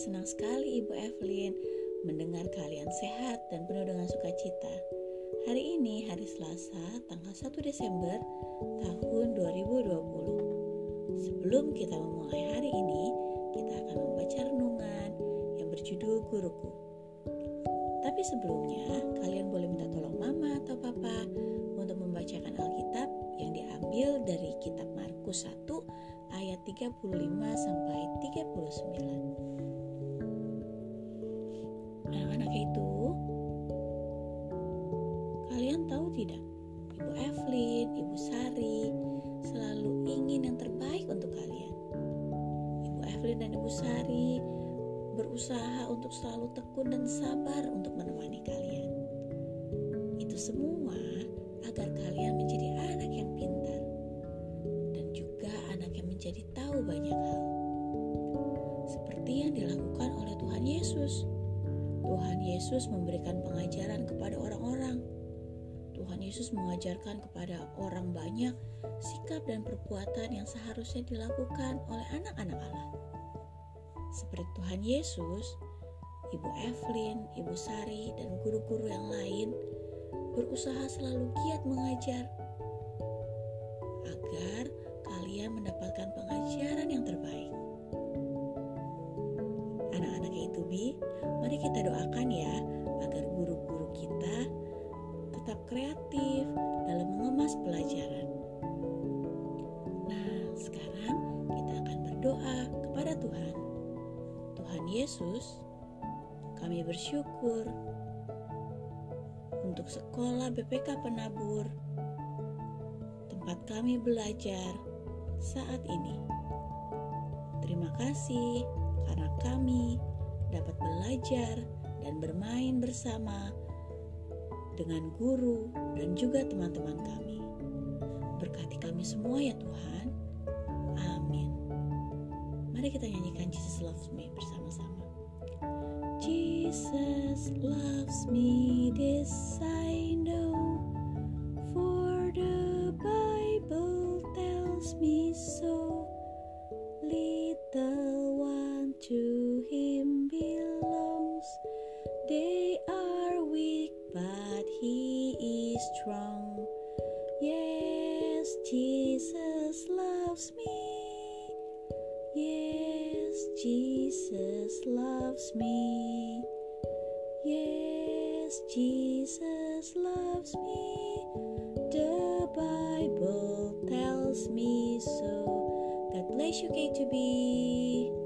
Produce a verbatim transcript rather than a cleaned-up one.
senang sekali Ibu Evelyn mendengar kalian sehat dan penuh dengan sukacita. Hari ini hari Selasa tanggal satu Desember tahun dua ribu dua puluh. Sebelum kita memulai hari ini, kita akan membaca renungan yang berjudul Guruku. Tapi sebelumnya, kalian boleh minta tolong Mama atau Papa untuk membacakan Alkitab yang diambil dari kitab Markus satu ayat tiga puluh lima sampai tiga puluh sembilan. Anak-anak itu, kalian tahu tidak? Ibu Evelyn, Ibu Sari selalu ingin yang terbaik untuk kalian. Ibu Evelyn dan Ibu Sari berusaha untuk selalu tekun dan sabar untuk menemani kalian. Itu semua agar kalian menjadi anak yang pintar dan juga anak yang menjadi tahu banyak hal. Seperti yang dilakukan oleh Tuhan Yesus. Tuhan Yesus memberikan pengajaran kepada orang-orang. Tuhan Yesus mengajarkan kepada orang banyak sikap dan perbuatan yang seharusnya dilakukan oleh anak-anak Allah. Seperti Tuhan Yesus, Ibu Evelyn, Ibu Sari, dan guru-guru yang lain berusaha selalu giat mengajar agar kalian mendapatkan pengajaran yang terbaik. Anak-anak itu Bi, mari kita doakan ya agar guru-guru kita tetap kreatif dalam mengemas pelajaran. Nah, sekarang kita akan berdoa kepada Tuhan. Tuhan Yesus, kami bersyukur untuk sekolah B P K Penabur, tempat kami belajar saat ini. Terima kasih karena kami dapat belajar dan bermain bersama dengan guru dan juga teman-teman kami. Berkati kami semua ya Tuhan. Amin. Mari kita nyanyikan Jesus Loves Me bersama-sama. Jesus loves me, this I know, for the Bible tells me so. Little one to him belongs, they are weak but he is strong. Yes, Jesus loves me. Yes, Jesus loves me. Yes, Jesus loves me. The Bible tells me so. God bless you, K two B.